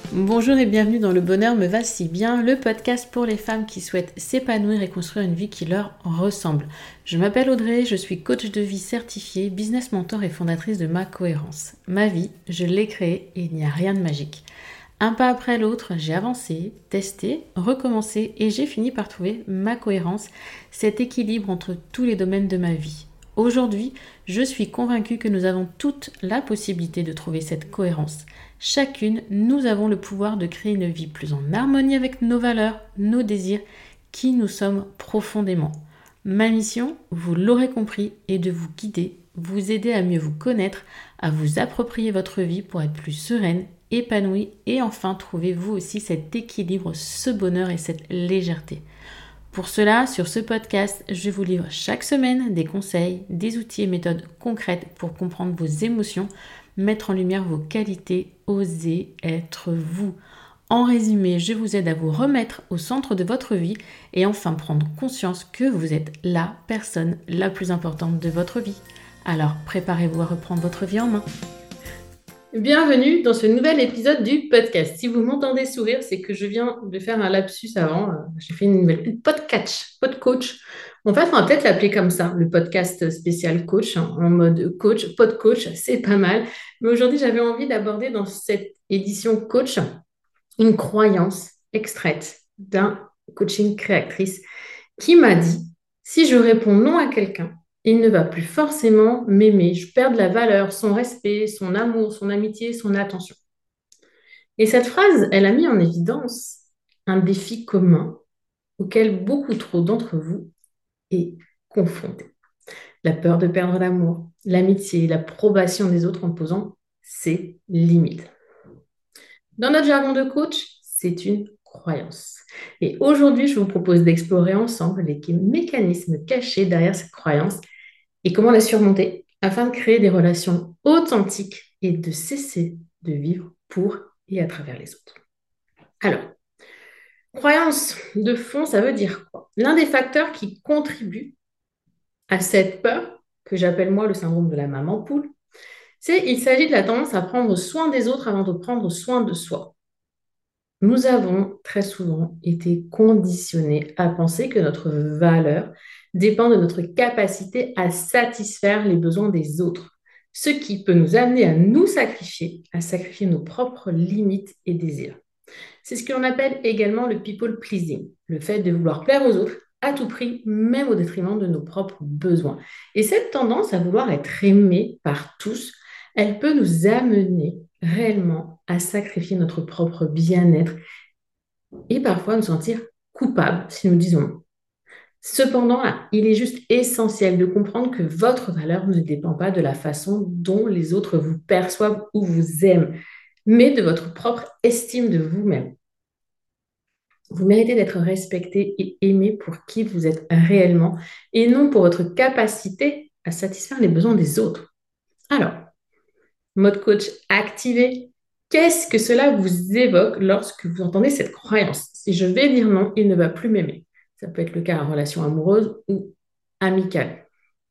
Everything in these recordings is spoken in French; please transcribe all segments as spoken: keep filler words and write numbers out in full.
Bonjour et bienvenue dans Le Bonheur me va si bien, le podcast pour les femmes qui souhaitent s'épanouir et construire une vie qui leur ressemble. Je m'appelle Audrey, je suis coach de vie certifiée, business mentor et fondatrice de Ma Cohérence. Ma vie, je l'ai créée et il n'y a rien de magique. Un pas après l'autre, j'ai avancé, testé, recommencé et j'ai fini par trouver ma cohérence, cet équilibre entre tous les domaines de ma vie. Aujourd'hui, je suis convaincue que nous avons toute la possibilité de trouver cette cohérence. Chacune, nous avons le pouvoir de créer une vie plus en harmonie avec nos valeurs, nos désirs, qui nous sommes profondément. Ma mission, vous l'aurez compris, est de vous guider, vous aider à mieux vous connaître, à vous approprier votre vie pour être plus sereine, épanouie et enfin trouver vous aussi cet équilibre, ce bonheur et cette légèreté. Pour cela, sur ce podcast, je vous livre chaque semaine des conseils, des outils et méthodes concrètes pour comprendre vos émotions, mettre en lumière vos qualités, oser être vous. En résumé, je vous aide à vous remettre au centre de votre vie et enfin prendre conscience que vous êtes la personne la plus importante de votre vie. Alors préparez-vous à reprendre votre vie en main. Bienvenue dans ce nouvel épisode du podcast. Si vous m'entendez sourire, c'est que je viens de faire un lapsus avant. Euh, J'ai fait une nouvelle une podcast, podcoach. En fait, on va peut-être l'appeler comme ça, le podcast spécial coach, hein, en mode coach, podcoach, c'est pas mal. Mais aujourd'hui, j'avais envie d'aborder dans cette édition coach une croyance extraite d'un coaching créatrice qui m'a dit, si je réponds non à quelqu'un, il ne va plus forcément m'aimer. Je perds de la valeur, son respect, son amour, son amitié, son attention. Et cette phrase, elle a mis en évidence un défi commun auquel beaucoup trop d'entre vous est confronté. La peur de perdre l'amour, l'amitié, l'approbation des autres en posant ses limites. Dans notre jargon de coach, c'est une croyance. Et aujourd'hui, je vous propose d'explorer ensemble les mécanismes cachés derrière cette croyance et comment la surmonter afin de créer des relations authentiques et de cesser de vivre pour et à travers les autres. Alors, croyance de fond, ça veut dire quoi? L'un des facteurs qui contribue à cette peur, que j'appelle moi le syndrome de la maman poule, c'est qu'il s'agit de la tendance à prendre soin des autres avant de prendre soin de soi. Nous avons très souvent été conditionnés à penser que notre valeur dépend de notre capacité à satisfaire les besoins des autres, ce qui peut nous amener à nous sacrifier, à sacrifier nos propres limites et désirs. C'est ce que l'on appelle également le people pleasing, le fait de vouloir plaire aux autres à tout prix, même au détriment de nos propres besoins. Et cette tendance à vouloir être aimé par tous, elle peut nous amener réellement à sacrifier notre propre bien-être et parfois nous sentir coupables si nous disons non. Cependant, là, il est juste essentiel de comprendre que votre valeur ne dépend pas de la façon dont les autres vous perçoivent ou vous aiment, mais de votre propre estime de vous-même. Vous méritez d'être respecté et aimé pour qui vous êtes réellement et non pour votre capacité à satisfaire les besoins des autres. Alors, mode coach activé, qu'est-ce que cela vous évoque lorsque vous entendez cette croyance? Si je vais dire non, il ne va plus m'aimer. Ça peut être le cas en relation amoureuse ou amicale.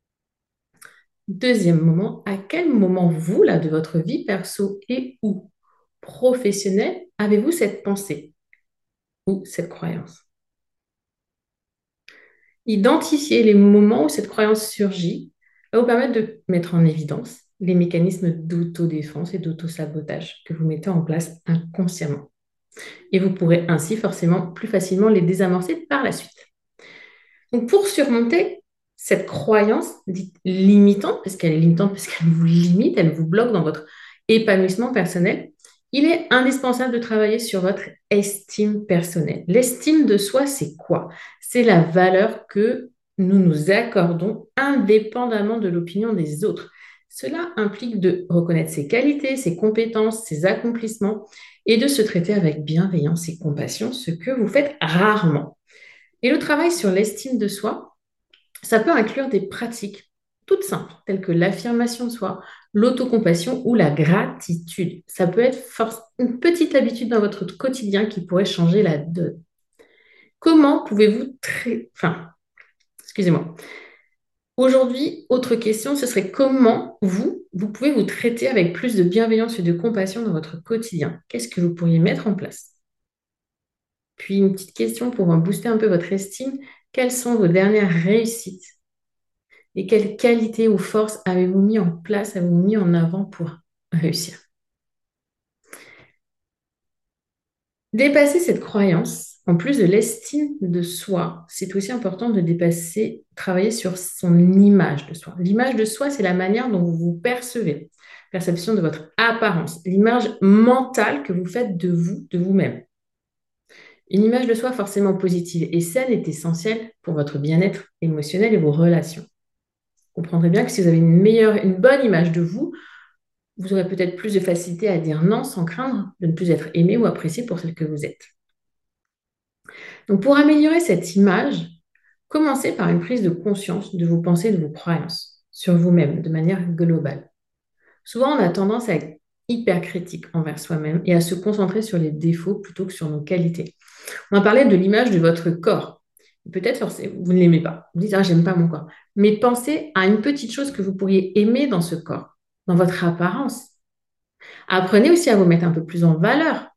Deuxième moment, à quel moment vous, là, de votre vie perso et ou professionnelle, avez-vous cette pensée ou cette croyance? Identifier les moments où cette croyance surgit va vous permettre de mettre en évidence les mécanismes d'autodéfense et d'autosabotage que vous mettez en place inconsciemment. Et vous pourrez ainsi forcément plus facilement les désamorcer par la suite. Donc pour surmonter cette croyance dite limitante, parce qu'elle est limitante, parce qu'elle vous limite, elle vous bloque dans votre épanouissement personnel, il est indispensable de travailler sur votre estime personnelle. L'estime de soi, c'est quoi? C'est la valeur que nous nous accordons indépendamment de l'opinion des autres. Cela implique de reconnaître ses qualités, ses compétences, ses accomplissements et de se traiter avec bienveillance et compassion, ce que vous faites rarement. Et le travail sur l'estime de soi, ça peut inclure des pratiques toutes simples, telles que l'affirmation de soi, l'autocompassion ou la gratitude. Ça peut être force- une petite habitude dans votre quotidien qui pourrait changer la donne. Comment pouvez-vous... Tra- enfin, excusez-moi. Aujourd'hui, autre question, ce serait comment vous, vous pouvez vous traiter avec plus de bienveillance et de compassion dans votre quotidien? Qu'est-ce que vous pourriez mettre en place? Puis une petite question pour booster un peu votre estime. Quelles sont vos dernières réussites et quelles qualités ou forces avez-vous mis en place, avez-vous mis en avant pour réussir? Dépasser cette croyance, en plus de l'estime de soi, c'est aussi important de dépasser, travailler sur son image de soi. L'image de soi, c'est la manière dont vous vous percevez, perception de votre apparence, l'image mentale que vous faites de vous, de vous-même. Une image de soi forcément positive et saine est essentielle pour votre bien-être émotionnel et vos relations. Vous comprendrez bien que si vous avez une meilleure, une bonne image de vous, vous aurez peut-être plus de facilité à dire non sans craindre de ne plus être aimé ou apprécié pour celle que vous êtes. Donc, pour améliorer cette image, commencez par une prise de conscience de vos pensées et de vos croyances sur vous-même de manière globale. Souvent, on a tendance à être hyper critique envers soi-même et à se concentrer sur les défauts plutôt que sur nos qualités. On a parlé de l'image de votre corps. Peut-être vous ne l'aimez pas. Vous dites, ah, j'aime pas mon corps. Mais pensez à une petite chose que vous pourriez aimer dans ce corps, dans votre apparence. Apprenez aussi à vous mettre un peu plus en valeur,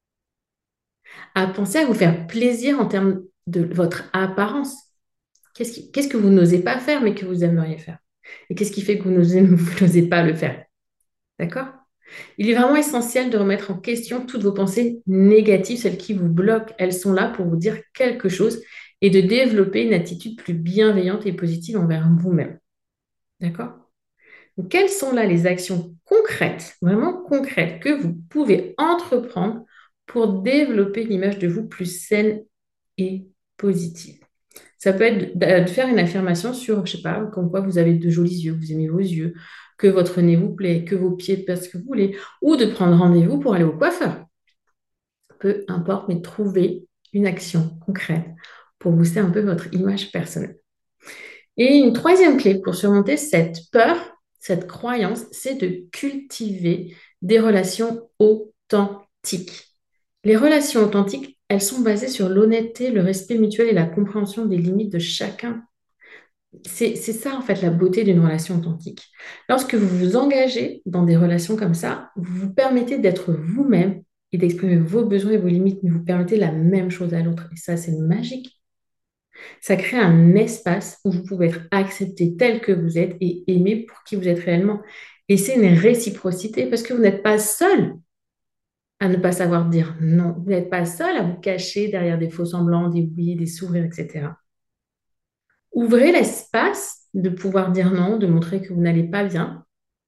à penser à vous faire plaisir en termes de votre apparence. Qu'est-ce qui- qu'est-ce que vous n'osez pas faire, mais que vous aimeriez faire? Et qu'est-ce qui fait que vous n'osez vous n'osez pas le faire? D'accord? Il est vraiment essentiel de remettre en question toutes vos pensées négatives, celles qui vous bloquent. Elles sont là pour vous dire quelque chose et de développer une attitude plus bienveillante et positive envers vous-même. D'accord? Donc, quelles sont là les actions concrètes, vraiment concrètes, que vous pouvez entreprendre pour développer l'image de vous plus saine et positive? Ça peut être de de faire une affirmation sur, je sais pas, comme quoi vous avez de jolis yeux, vous aimez vos yeux, que votre nez vous plaît, que vos pieds parce que vous voulez, ou de prendre rendez-vous pour aller au coiffeur. Peu importe, mais trouver une action concrète pour booster un peu votre image personnelle. Et une troisième clé pour surmonter cette peur, cette croyance, c'est de cultiver des relations authentiques. Les relations authentiques, elles sont basées sur l'honnêteté, le respect mutuel et la compréhension des limites de chacun. C'est c'est ça, en fait, la beauté d'une relation authentique. Lorsque vous vous engagez dans des relations comme ça, vous vous permettez d'être vous-même et d'exprimer vos besoins et vos limites, mais vous permettez la même chose à l'autre. Et ça, c'est magique. Ça crée un espace où vous pouvez être accepté tel que vous êtes et aimé pour qui vous êtes réellement. Et c'est une réciprocité parce que vous n'êtes pas seul à ne pas savoir dire non. Vous n'êtes pas seul à vous cacher derrière des faux semblants, des oui, des sourires, et cetera. Ouvrez l'espace de pouvoir dire non, de montrer que vous n'allez pas bien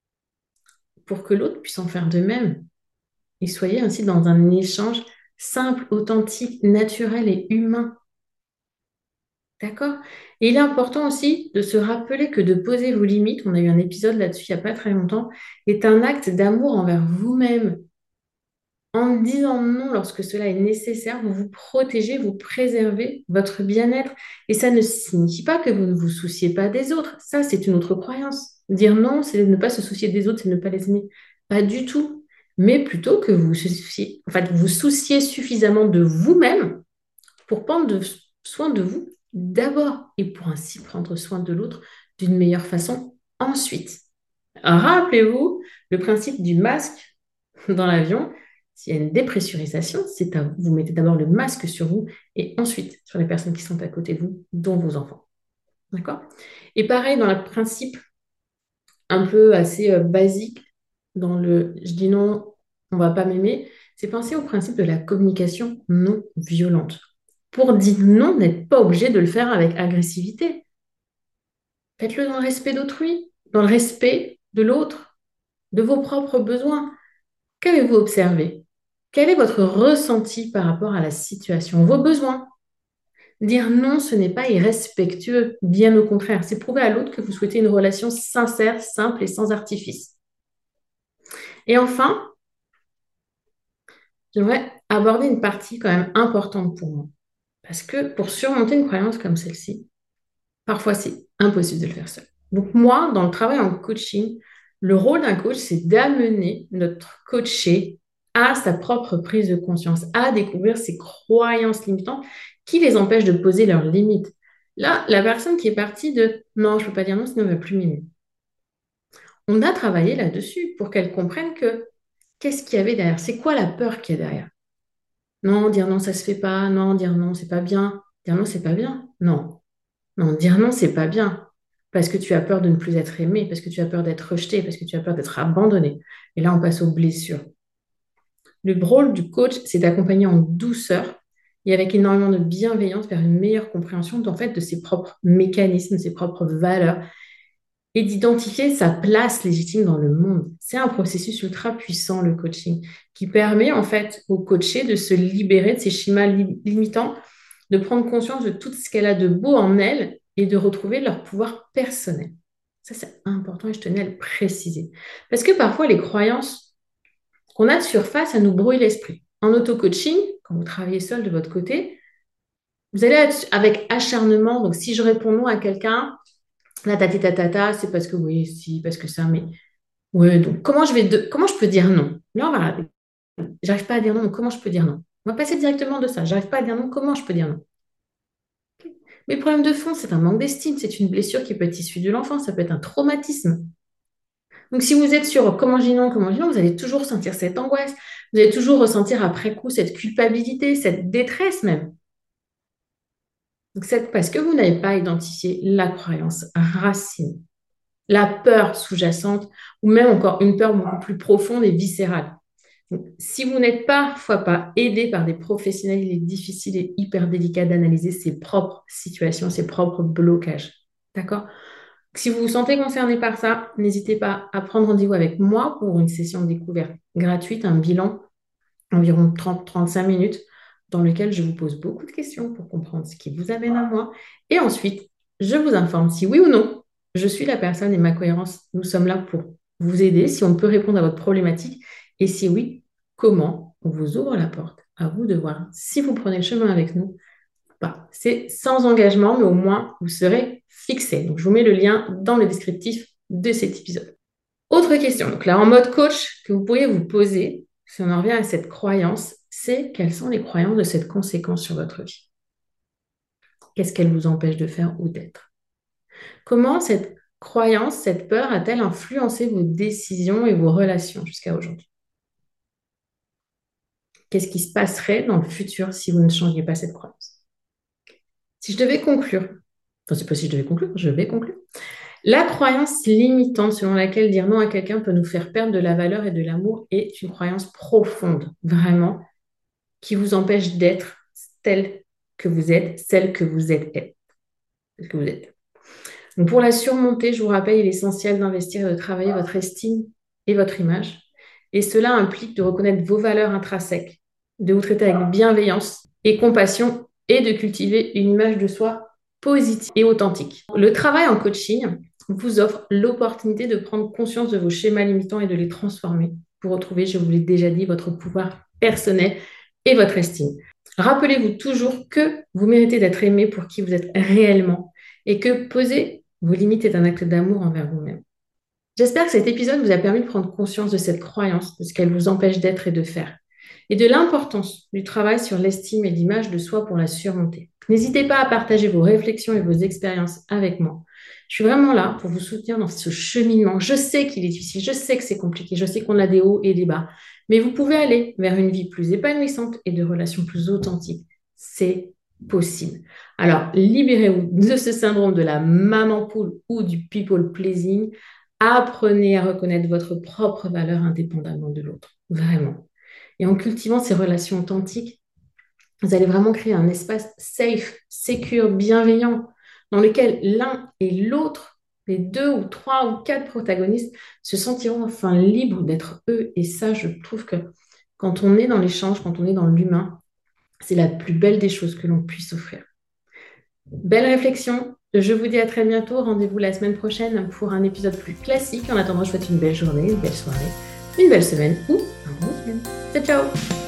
pour que l'autre puisse en faire de même. Et soyez ainsi dans un échange simple, authentique, naturel et humain. D'accord? Et il est important aussi de se rappeler que de poser vos limites, on a eu un épisode là-dessus il n'y a pas très longtemps, est un acte d'amour envers vous-même. En disant non lorsque cela est nécessaire, vous vous protégez, vous préservez votre bien-être. Et ça ne signifie pas que vous ne vous souciez pas des autres. Ça, c'est une autre croyance. Dire non, c'est ne pas se soucier des autres, c'est ne pas les aimer. Pas du tout. Mais plutôt que vous souciez, en fait, vous souciez suffisamment de vous-même pour prendre de- soin de vous d'abord et pour ainsi prendre soin de l'autre d'une meilleure façon ensuite. Rappelez-vous le principe du masque dans l'avion. S'il y a une dépressurisation, c'est à vous. Vous mettez d'abord le masque sur vous et ensuite sur les personnes qui sont à côté de vous, dont vos enfants. D'accord? Et pareil, dans le principe un peu assez euh, basique, dans le je dis non, on va pas m'aimer, c'est penser au principe de la communication non violente. Pour dire non, vous n'êtes pas obligé de le faire avec agressivité. Faites-le dans le respect d'autrui, dans le respect de l'autre, de vos propres besoins. Qu'avez-vous observé? Quel est votre ressenti par rapport à la situation, vos besoins? Dire non, ce n'est pas irrespectueux, bien au contraire. C'est prouver à l'autre que vous souhaitez une relation sincère, simple et sans artifice. Et enfin, j'aimerais aborder une partie quand même importante pour moi. Parce que pour surmonter une croyance comme celle-ci, parfois c'est impossible de le faire seul. Donc moi, dans le travail en coaching, le rôle d'un coach, c'est d'amener notre coaché à sa propre prise de conscience, à découvrir ses croyances limitantes qui les empêchent de poser leurs limites. Là, la personne qui est partie de non, je ne peux pas dire non, sinon elle ne va plus m'aimer. On a travaillé là-dessus pour qu'elle comprenne que qu'est-ce qu'il y avait derrière, c'est quoi la peur qu'il y a derrière. Non, dire non, ça se fait pas. Non, dire non, c'est pas bien. Dire non, c'est pas bien. Non, non, dire non, c'est pas bien. Parce que tu as peur de ne plus être aimé, parce que tu as peur d'être rejeté, parce que tu as peur d'être abandonné. Et là, on passe aux blessures. Le rôle du coach, c'est d'accompagner en douceur et avec énormément de bienveillance vers une meilleure compréhension en fait, de ses propres mécanismes, ses propres valeurs et d'identifier sa place légitime dans le monde. C'est un processus ultra puissant, le coaching, qui permet en fait au coaché de se libérer de ses schémas li- limitants, de prendre conscience de tout ce qu'elle a de beau en elle et de retrouver leur pouvoir personnel. Ça, c'est important et je tenais à le préciser. Parce que parfois, les croyances qu'on a de surface, ça nous brouille l'esprit. En auto-coaching, quand vous travaillez seul de votre côté, vous allez être avec acharnement. Donc, si je réponds non à quelqu'un, la tati tatata, c'est parce que oui, si, parce que ça, mais ouais, donc comment je vais de- comment je peux dire non? Là, on va j'arrive pas à dire non, donc comment je peux dire non? On va passer directement de ça. J'arrive pas à dire non, comment je peux dire non? Mais le problème de fond, c'est un manque d'estime, c'est une blessure qui peut être issue de l'enfance, ça peut être un traumatisme. Donc, si vous êtes sur comment je dis non, comment je dis non, vous allez toujours sentir cette angoisse, vous allez toujours ressentir après coup cette culpabilité, cette détresse même. Donc, c'est parce que vous n'avez pas identifié la croyance racine, la peur sous-jacente, ou même encore une peur beaucoup plus profonde et viscérale. Donc, si vous n'êtes parfois pas aidé par des professionnels, il est difficile et hyper délicat d'analyser ses propres situations, ses propres blocages. D'accord? Si vous vous sentez concerné par ça, n'hésitez pas à prendre rendez-vous avec moi pour une session de découverte gratuite, un bilan environ trente à trente-cinq minutes dans lequel je vous pose beaucoup de questions pour comprendre ce qui vous amène à moi. Et ensuite, je vous informe si oui ou non, je suis la personne et ma cohérence, nous sommes là pour vous aider, si on peut répondre à votre problématique. Et si oui, comment on vous ouvre la porte. À vous de voir si vous prenez le chemin avec nous. Pas. C'est sans engagement, mais au moins vous serez fixé. Donc, je vous mets le lien dans le descriptif de cet épisode. Autre question, donc là en mode coach que vous pourriez vous poser, si on en revient à cette croyance, c'est quelles sont les croyances de cette conséquence sur votre vie? Qu'est-ce qu'elle vous empêche de faire ou d'être? Comment cette croyance, cette peur a-t-elle influencé vos décisions et vos relations jusqu'à aujourd'hui? Qu'est-ce qui se passerait dans le futur si vous ne changiez pas cette croyance? Si je devais conclure, enfin c'est pas si je devais conclure, je vais conclure. La croyance limitante selon laquelle dire non à quelqu'un peut nous faire perdre de la valeur et de l'amour est une croyance profonde, vraiment, qui vous empêche d'être tel que vous êtes, celle que vous êtes. Celle que vous êtes. Donc pour la surmonter, je vous rappelle, il est essentiel d'investir et de travailler votre estime et votre image. Et cela implique de reconnaître vos valeurs intrinsèques, de vous traiter avec bienveillance et compassion et de cultiver une image de soi positive et authentique. Le travail en coaching vous offre l'opportunité de prendre conscience de vos schémas limitants et de les transformer pour retrouver, je vous l'ai déjà dit, votre pouvoir personnel et votre estime. Rappelez-vous toujours que vous méritez d'être aimé pour qui vous êtes réellement et que poser vos limites est un acte d'amour envers vous-même. J'espère que cet épisode vous a permis de prendre conscience de cette croyance, de ce qu'elle vous empêche d'être et de faire, et de l'importance du travail sur l'estime et l'image de soi pour la surmonter. N'hésitez pas à partager vos réflexions et vos expériences avec moi. Je suis vraiment là pour vous soutenir dans ce cheminement. Je sais qu'il est difficile, je sais que c'est compliqué, je sais qu'on a des hauts et des bas, mais vous pouvez aller vers une vie plus épanouissante et de relations plus authentiques. C'est possible. Alors, libérez-vous de ce syndrome de la maman poule ou du people pleasing. Apprenez à reconnaître votre propre valeur indépendamment de l'autre, vraiment. Et en cultivant ces relations authentiques, vous allez vraiment créer un espace safe, secure, bienveillant, dans lequel l'un et l'autre, les deux ou trois ou quatre protagonistes, se sentiront enfin libres d'être eux. Et ça, je trouve que quand on est dans l'échange, quand on est dans l'humain, c'est la plus belle des choses que l'on puisse offrir. Belle réflexion. Je vous dis à très bientôt. Rendez-vous la semaine prochaine pour un épisode plus classique. En attendant, je vous souhaite une belle journée, une belle soirée, une belle semaine ou un bon week-end. Ciao, ciao!